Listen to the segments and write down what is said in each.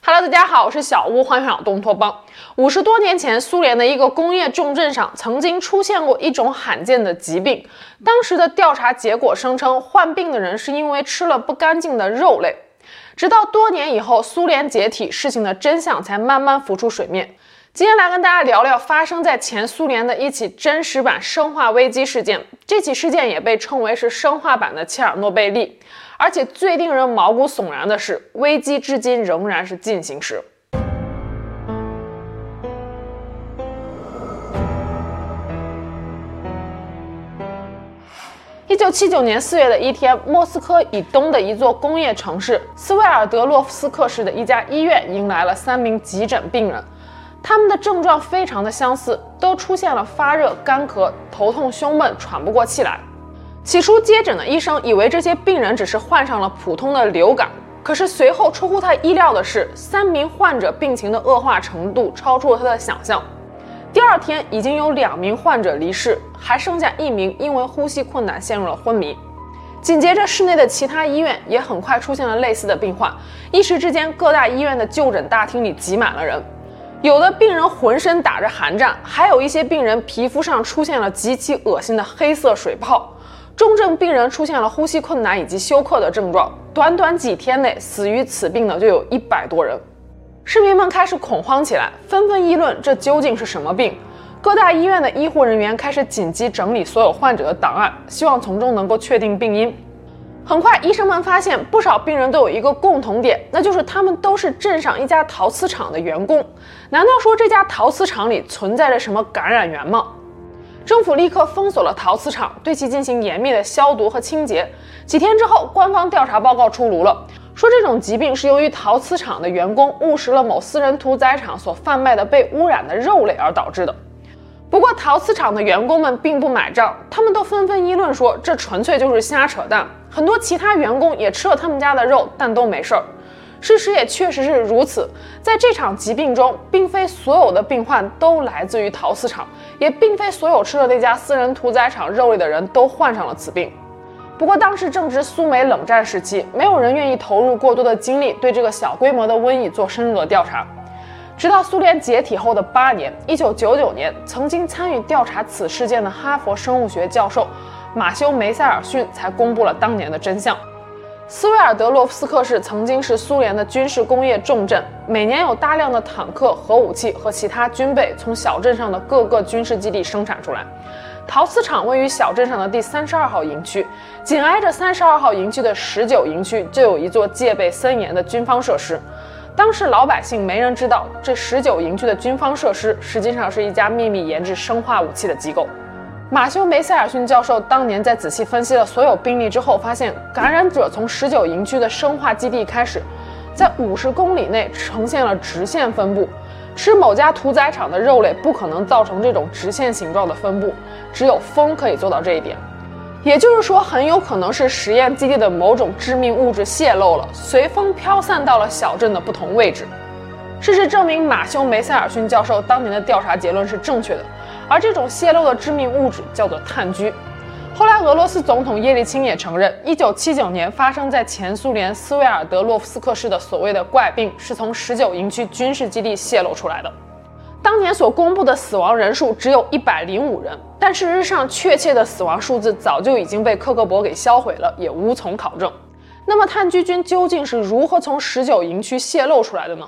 Hello， 大家好，我是小屋，欢迎来到东托邦。50多年前，苏联的一个工业重镇上曾经出现过一种罕见的疾病。当时的调查结果声称，患病的人是因为吃了不干净的肉类。直到多年以后，苏联解体，事情的真相才慢慢浮出水面。今天来跟大家聊聊发生在前苏联的一起真实版生化危机事件。这起事件也被称为是生化版的切尔诺贝利。而且最令人毛骨悚然的是，危机至今仍然是进行时。1979年4月的一天，莫斯科以东的一座工业城市斯维尔德洛夫斯克市的一家医院迎来了3名急诊病人，他们的症状非常的相似，都出现了发热、干咳、头痛、胸闷、喘不过气来。起初接诊的医生以为这些病人只是患上了普通的流感，可是随后出乎他意料的是，3名患者病情的恶化程度超出了他的想象。第二天已经有2名患者离世，还剩下1名因为呼吸困难陷入了昏迷。紧接着市内的其他医院也很快出现了类似的病患，一时之间各大医院的就诊大厅里挤满了人。有的病人浑身打着寒战，还有一些病人皮肤上出现了极其恶心的黑色水泡。重症病人出现了呼吸困难以及休克的症状，短短几天内死于此病的就有100多人。市民们开始恐慌起来，纷纷议论这究竟是什么病。各大医院的医护人员开始紧急整理所有患者的档案，希望从中能够确定病因。很快，医生们发现不少病人都有一个共同点，那就是他们都是镇上一家陶瓷厂的员工。难道说这家陶瓷厂里存在着什么感染源吗？政府立刻封锁了陶瓷厂，对其进行严密的消毒和清洁。几天之后，官方调查报告出炉了，说这种疾病是由于陶瓷厂的员工误食了某私人屠宰场所贩卖的被污染的肉类而导致的。不过，陶瓷厂的员工们并不买账，他们都纷纷议论说这纯粹就是瞎扯淡。很多其他员工也吃了他们家的肉，但都没事儿。事实也确实是如此，在这场疾病中，并非所有的病患都来自于陶瓷厂，也并非所有吃了那家私人屠宰场肉类的人都患上了此病。不过当时正值苏美冷战时期，没有人愿意投入过多的精力对这个小规模的瘟疫做深入的调查。直到苏联解体后的8年，1999年，曾经参与调查此事件的哈佛生物学教授马修·梅塞尔逊才公布了当年的真相。斯维尔德洛夫斯克市曾经是苏联的军事工业重镇，每年有大量的坦克、核武器和其他军备从小镇上的各个军事基地生产出来。陶瓷厂位于小镇上的第32号营区，紧挨着32号营区的19营区就有一座戒备森严的军方设施。当时老百姓没人知道，这19营区的军方设施实际上是一家秘密研制生化武器的机构。马修·梅塞尔逊教授当年在仔细分析了所有病例之后，发现感染者从19营区的生化基地开始，在50公里内呈现了直线分布。吃某家屠宰场的肉类不可能造成这种直线形状的分布，只有风可以做到这一点。也就是说，很有可能是实验基地的某种致命物质泄漏了，随风飘散到了小镇的不同位置。事实证明，马修·梅塞尔逊教授当年的调查结论是正确的，而这种泄漏的致命物质叫做炭疽。后来，俄罗斯总统叶利钦也承认，1979年发生在前苏联斯维尔德洛夫斯克市的所谓的怪病是从19营区军事基地泄露出来的。当年所公布的死亡人数只有105人，但事实上确切的死亡数字早就已经被克格勃给销毁了，也无从考证。那么炭疽菌究竟是如何从19营区泄露出来的呢？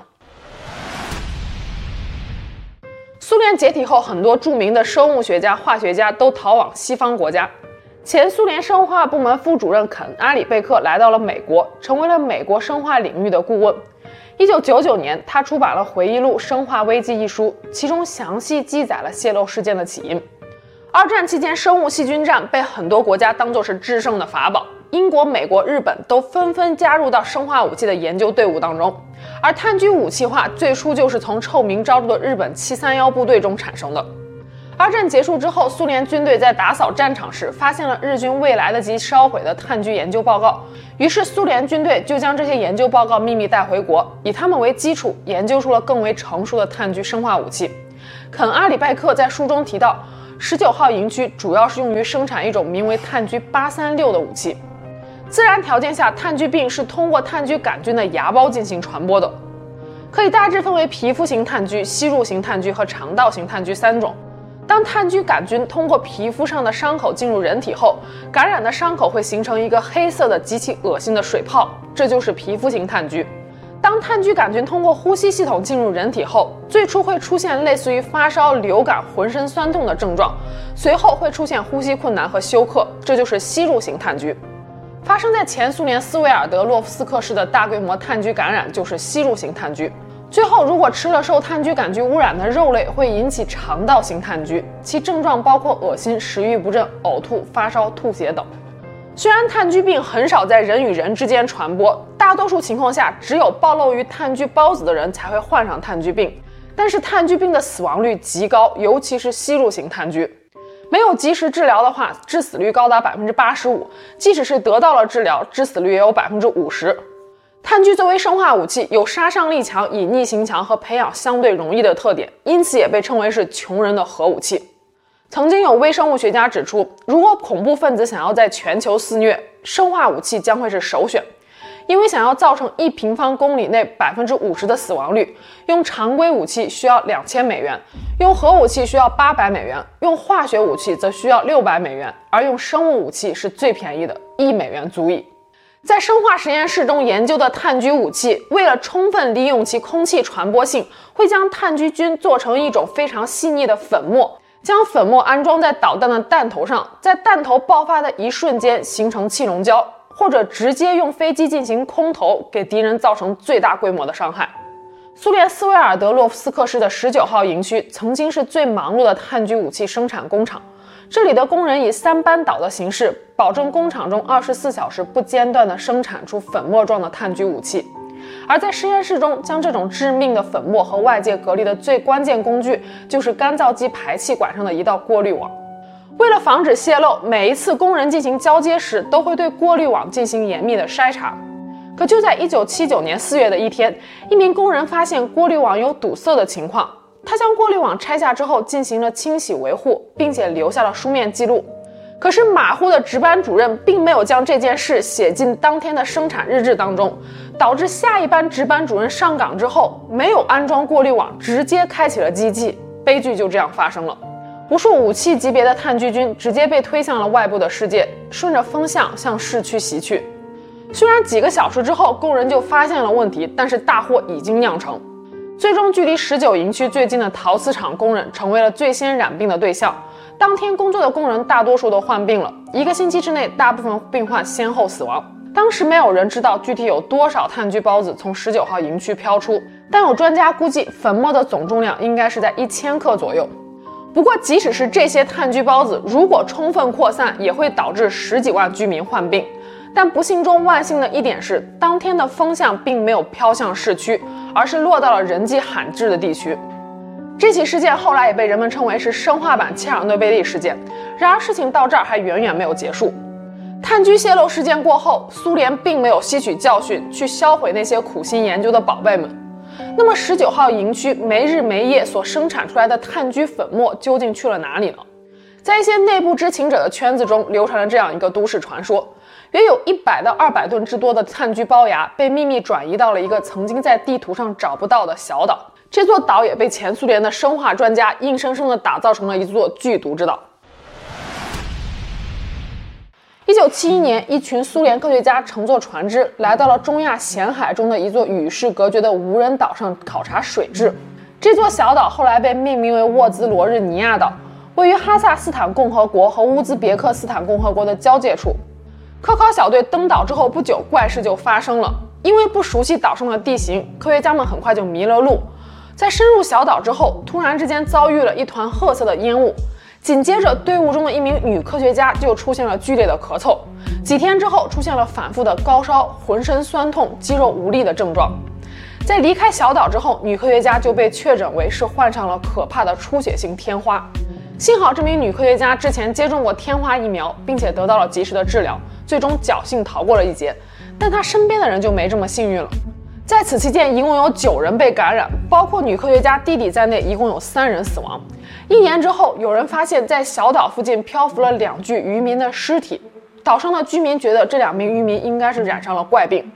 苏联解体后，很多著名的生物学家、化学家都逃往西方国家。前苏联生化部门副主任肯·阿里贝克来到了美国，成为了美国生化领域的顾问。1999年，他出版了回忆录《生化危机》一书，其中详细记载了泄漏事件的起因。二战期间，生物细菌战被很多国家当作是制胜的法宝，英国、美国、日本都纷纷加入到生化武器的研究队伍当中。而炭疽武器化最初就是从臭名昭著的日本731部队中产生的。二战结束之后，苏联军队在打扫战场时发现了日军未来得及烧毁的炭疽研究报告，于是苏联军队就将这些研究报告秘密带回国，以它们为基础研究出了更为成熟的炭疽生化武器。肯·阿里拜克在书中提到，19号营区主要是用于生产一种名为炭疽836的武器。自然条件下，炭疽病是通过炭疽杆菌的芽孢进行传播的。 可以大致分为皮肤型炭疽、吸入型炭疽和肠道型炭疽3种。当炭疽杆菌通过皮肤上的伤口进入人体后，感染的伤口会形成一个黑色的极其恶心的水泡，这就是皮肤型炭疽。当炭疽杆菌通过呼吸系统进入人体后，最初会出现类似于发烧、流感、浑身酸痛的症状，随后会出现呼吸困难和休克，这就是吸入型炭疽。发生在前苏联斯维尔德洛夫斯克市的大规模炭疽感染就是吸入型炭疽。最后，如果吃了受炭疽杆菌污染的肉类，会引起肠道型炭疽，其症状包括恶心、食欲不振、呕吐、发烧、吐血等。虽然炭疽病很少在人与人之间传播，大多数情况下只有暴露于炭疽孢子的人才会患上炭疽病，但是炭疽病的死亡率极高，尤其是吸入型炭疽。没有及时治疗的话，致死率高达 85%， 即使是得到了治疗，致死率也有 50%。炭疽作为生化武器，有杀伤力强、隐匿性强和培养相对容易的特点，因此也被称为是穷人的核武器。曾经有微生物学家指出，如果恐怖分子想要在全球肆虐，生化武器将会是首选，因为想要造成1平方公里内 50% 的死亡率，用常规武器需要2000美元，用核武器需要800美元，用化学武器则需要600美元，而用生物武器是最便宜的，1美元足矣。在生化实验室中研究的炭疽武器，为了充分利用其空气传播性，会将炭疽菌做成一种非常细腻的粉末，将粉末安装在导弹的弹头上，在弹头爆发的一瞬间形成气溶胶，或者直接用飞机进行空投，给敌人造成最大规模的伤害。苏联斯维尔德洛夫斯克市的19号营区曾经是最忙碌的炭疽武器生产工厂，这里的工人以3班倒的形式，保证工厂中24小时不间断地生产出粉末状的炭疽武器。而在实验室中，将这种致命的粉末和外界隔离的最关键工具，就是干燥机排气管上的一道过滤网。为了防止泄漏，每一次工人进行交接时，都会对过滤网进行严密的筛查。可就在1979年4月的一天，一名工人发现过滤网有堵塞的情况，他将过滤网拆下之后进行了清洗维护，并且留下了书面记录。可是马虎的值班主任并没有将这件事写进当天的生产日志当中，导致下一班值班主任上岗之后没有安装过滤网，直接开启了机器，悲剧就这样发生了。无数武器级别的炭疽菌直接被推向了外部的世界，顺着风向向市区袭去。虽然几个小时之后工人就发现了问题，但是大祸已经酿成。最终距离19营区最近的陶瓷厂工人成为了最先染病的对象。当天工作的工人大多数都患病了，1个星期之内大部分病患先后死亡。当时没有人知道具体有多少炭疽孢子从19号营区飘出，但有专家估计粉末的总重量应该是在1000克左右。不过即使是这些炭疽孢子，如果充分扩散，也会导致10几万居民患病。但不幸中万幸的一点是，当天的风向并没有飘向市区，而是落到了人迹罕至的地区。这起事件后来也被人们称为是生化版切尔诺贝利事件。然而事情到这儿还远远没有结束。炭疽泄漏事件过后，苏联并没有吸取教训，去销毁那些苦心研究的宝贝们。那么19号营区没日没夜所生产出来的炭疽粉末究竟去了哪里呢？在一些内部知情者的圈子中流传了这样一个都市传说，约有100到200吨之多的炭疽孢芽被秘密转移到了一个曾经在地图上找不到的小岛，这座岛也被前苏联的生化专家硬生生地打造成了一座剧毒之岛。1971年，一群苏联科学家乘坐船只来到了中亚咸海中的一座与世隔绝的无人岛上考察水质。这座小岛后来被命名为沃兹罗日尼亚岛，位于哈萨斯坦共和国和乌兹别克斯坦共和国的交界处。科考小队登岛之后不久，怪事就发生了。因为不熟悉岛上的地形，科学家们很快就迷了路。在深入小岛之后，突然之间遭遇了一团褐色的烟雾。紧接着，队伍中的一名女科学家就出现了剧烈的咳嗽，几天之后出现了反复的高烧、浑身酸痛、肌肉无力的症状。在离开小岛之后，女科学家就被确诊为是患上了可怕的出血性天花。幸好这名女科学家之前接种过天花疫苗，并且得到了及时的治疗，最终侥幸逃过了一劫。但她身边的人就没这么幸运了。在此期间，一共有9人被感染，包括女科学家弟弟在内，一共有3人死亡。1年之后，有人发现在小岛附近漂浮了2具渔民的尸体，岛上的居民觉得这2名渔民应该是染上了怪病。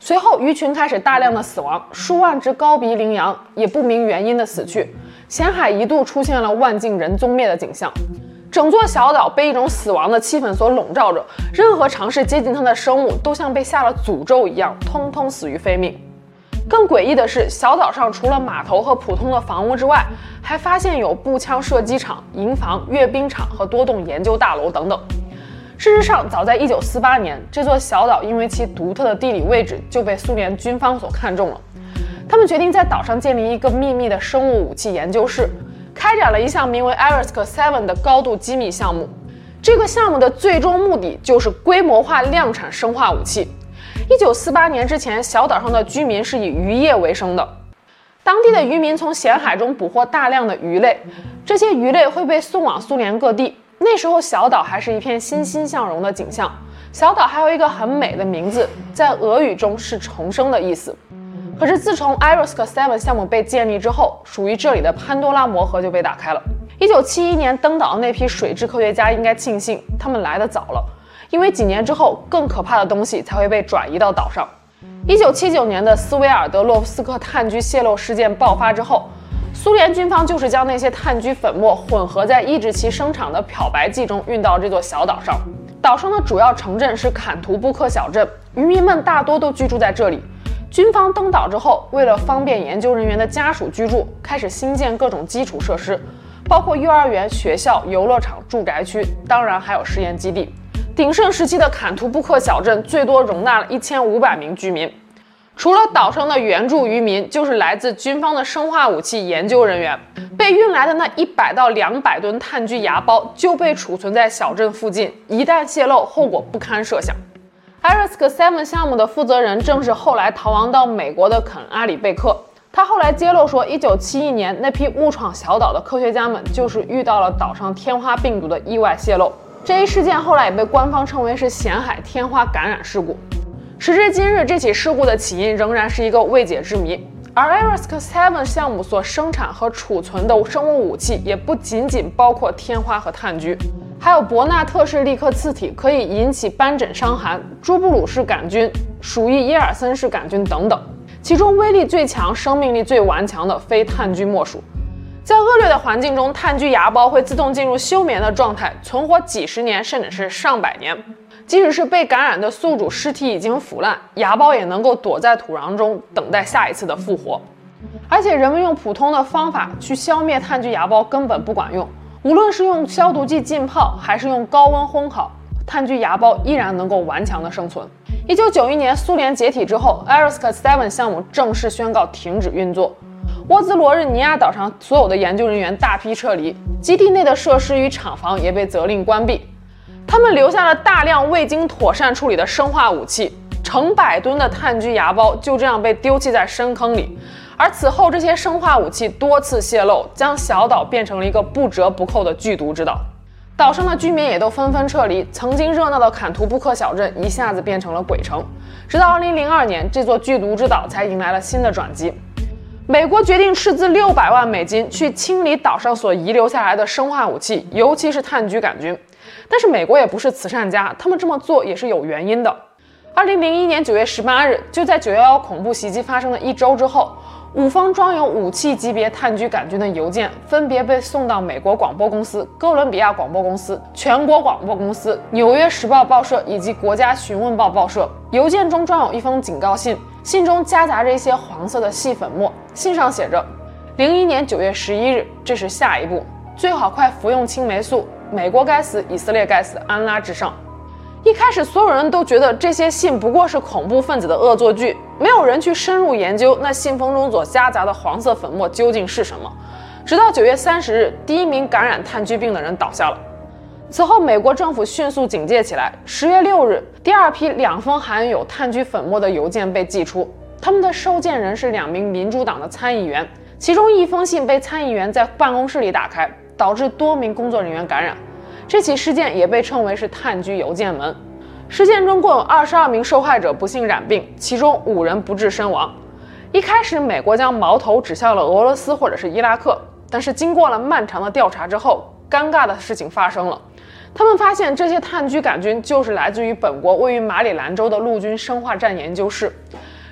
随后鱼群开始大量的死亡，数万只高鼻羚羊也不明原因的死去，咸海一度出现了万尽人踪灭的景象。整座小岛被一种死亡的气氛所笼罩着，任何尝试接近它的生物都像被下了诅咒一样，通通死于非命。更诡异的是，小岛上除了码头和普通的房屋之外，还发现有步枪射击场、营房、阅兵场和多栋研究大楼等等。事实上，早在1948年，这座小岛因为其独特的地理位置就被苏联军方所看中了。他们决定在岛上建立一个秘密的生物武器研究室，开展了一项名为 Arisk 7的高度机密项目。这个项目的最终目的就是规模化量产生化武器。1948年之前，小岛上的居民是以渔业为生的。当地的渔民从咸海中捕获大量的鱼类，这些鱼类会被送往苏联各地。那时候小岛还是一片欣欣向荣的景象。小岛还有一个很美的名字，在俄语中是重生的意思。可是自从 Arisk 7项目被建立之后，属于这里的潘多拉魔盒就被打开了。1971年登岛的那批水质科学家应该庆幸他们来得早了，因为几年之后更可怕的东西才会被转移到岛上。1979年的斯维尔德洛夫斯克炭疽泄漏事件爆发之后，苏联军方就是将那些炭疽粉末混合在抑制其生长的漂白剂中运到这座小岛上。岛上的主要城镇是坎图布克小镇，渔民们大多都居住在这里。军方登岛之后，为了方便研究人员的家属居住，开始兴建各种基础设施，包括幼儿园、学校、游乐场、住宅区，当然还有实验基地。鼎盛时期的坎图布克小镇最多容纳了1500名居民。除了岛上的原住渔民，就是来自军方的生化武器研究人员。被运来的那100到200吨炭疽芽孢就被储存在小镇附近，一旦泄漏，后果不堪设想。Arisk 7项目的负责人正是后来逃亡到美国的肯·阿里贝克。他后来揭露说，1971年那批误闯小岛的科学家们就是遇到了岛上天花病毒的意外泄漏。这一事件后来也被官方称为是咸海天花感染事故。时至今日，这起事故的起因仍然是一个未解之谜。而 Arisk 7项目所生产和储存的生物武器也不仅仅包括天花和炭疽，还有伯纳特氏利克次体，可以引起斑疹伤寒、朱布鲁氏杆菌、鼠疫耶尔森氏杆菌等等。其中威力最强、生命力最顽强的非炭疽莫属。在恶劣的环境中，炭疽芽孢会自动进入休眠的状态，存活几十年甚至是上百年。即使是被感染的宿主尸体已经腐烂，芽孢也能够躲在土壤中等待下一次的复活。而且人们用普通的方法去消灭炭疽芽孢根本不管用，无论是用消毒剂浸泡还是用高温烘烤，炭疽芽孢依然能够顽强的生存。1991年苏联解体之后， Arisk 7项目正式宣告停止运作。沃兹罗日尼亚岛上所有的研究人员大批撤离，基地内的设施与厂房也被责令关闭。他们留下了大量未经妥善处理的生化武器，成百吨的炭疽芽孢就这样被丢弃在深坑里。而此后这些生化武器多次泄漏，将小岛变成了一个不折不扣的剧毒之岛。岛上的居民也都纷纷撤离，曾经热闹的坎图布克小镇一下子变成了鬼城。直到2002年，这座剧毒之岛才迎来了新的转机。美国决定斥资$600万去清理岛上所遗留下来的生化武器，尤其是炭疽杆菌。但是美国也不是慈善家，他们这么做也是有原因的。2001年9月18日，就在911恐怖袭击发生的1周之后，5封装有武器级别炭疽杆菌的邮件分别被送到美国广播公司、哥伦比亚广播公司、全国广播公司、纽约时报报社以及国家询问报报社。邮件中装有一封警告信，信中夹杂着一些黄色的细粉末，信上写着：01年9月11日，这是下一步，最好快服用青霉素，美国该死，以色列该死，安拉至上。一开始所有人都觉得这些信不过是恐怖分子的恶作剧，没有人去深入研究那信封中所夹杂的黄色粉末究竟是什么。直到9月30日，第一名感染炭疽病的人倒下了。此后美国政府迅速警戒起来。10月6日，第二批2封含有炭疽粉末的邮件被寄出，他们的收件人是2名民主党的参议员，其中一封信被参议员在办公室里打开，导致多名工作人员感染。这起事件也被称为是炭疽邮件门。事件中共有22名受害者不幸染病，其中5人不治身亡。一开始美国将矛头指向了俄罗斯或者是伊拉克，但是经过了漫长的调查之后，尴尬的事情发生了。他们发现这些炭疽杆菌就是来自于本国位于马里兰州的陆军生化战研究室。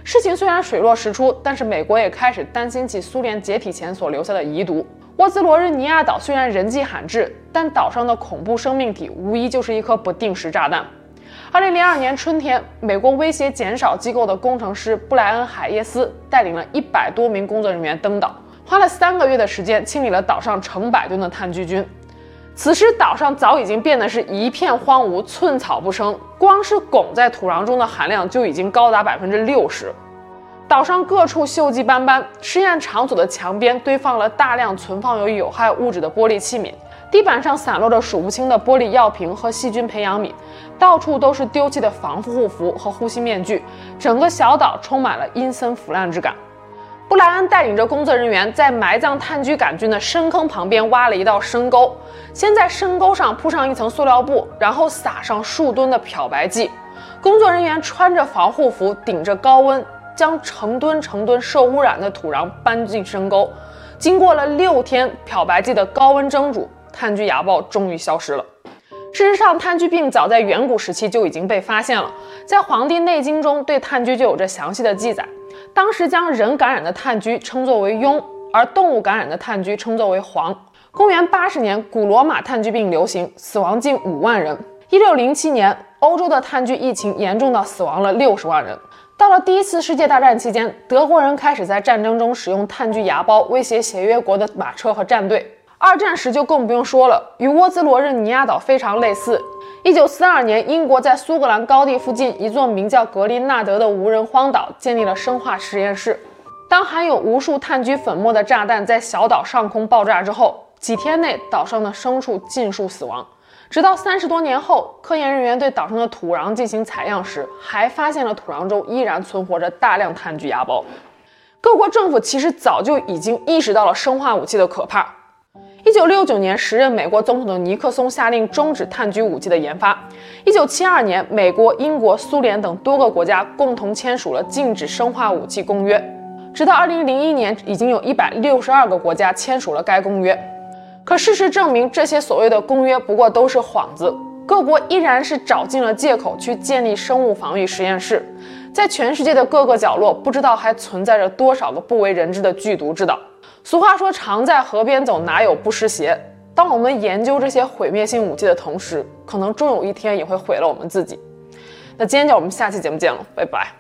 事情虽然水落石出，但是美国也开始担心起苏联解体前所留下的遗毒。沃兹罗日尼亚岛虽然人迹罕至，但岛上的恐怖生命体无疑就是一颗不定时炸弹。2002年春天，美国威胁减少机构的工程师布莱恩·海耶斯带领了100多名工作人员登岛，花了3个月的时间清理了岛上成百吨的炭疽菌。此时岛上早已经变得是一片荒芜，寸草不生，光是汞在土壤中的含量就已经高达60%。岛上各处锈迹斑斑，实验场所的墙边堆放了大量存放有害物质的玻璃器皿，地板上散落着数不清的玻璃药瓶和细菌培养皿，到处都是丢弃的防护服和呼吸面具，整个小岛充满了阴森腐烂之感。布莱恩带领着工作人员在埋葬炭疽杆菌的深坑旁边挖了一道深沟，先在深沟上铺上一层塑料布，然后撒上数吨的漂白剂。工作人员穿着防护服，顶着高温，将成吨受污染的土壤搬进深沟。经过了6天漂白剂的高温蒸煮，炭疽芽孢终于消失了。事实上，炭疽病早在远古时期就已经被发现了，在《黄帝内经》中对炭疽就有着详细的记载。当时将人感染的炭疽称作为痈，而动物感染的炭疽称作为黄。公元80年，古罗马炭疽病流行，死亡近5万人。1607年，欧洲的炭疽疫情严重到死亡了60万人。到了第一次世界大战期间，德国人开始在战争中使用炭疽芽孢威胁协约国的马车和战队。二战时就更不用说了，与沃兹罗日尼亚岛非常类似。1942年，英国在苏格兰高地附近一座名叫格林纳德的无人荒岛建立了生化实验室。当含有无数炭疽粉末的炸弹在小岛上空爆炸之后，几天内岛上的牲畜尽数死亡。直到30多年后，科研人员对岛上的土壤进行采样时，还发现了土壤中依然存活着大量炭疽芽孢。各国政府其实早就已经意识到了生化武器的可怕。1969年，时任美国总统的尼克松下令终止炭疽武器的研发。1972年，美国、英国、苏联等多个国家共同签署了禁止生化武器公约。直到2001年，已经有162个国家签署了该公约。可事实证明，这些所谓的公约不过都是幌子，各国依然是找尽了借口去建立生物防御实验室。在全世界的各个角落，不知道还存在着多少个不为人知的剧毒之岛。俗话说，常在河边走，哪有不湿鞋。当我们研究这些毁灭性武器的同时，可能终有一天也会毁了我们自己。那今天就我们下期节目见了，拜拜。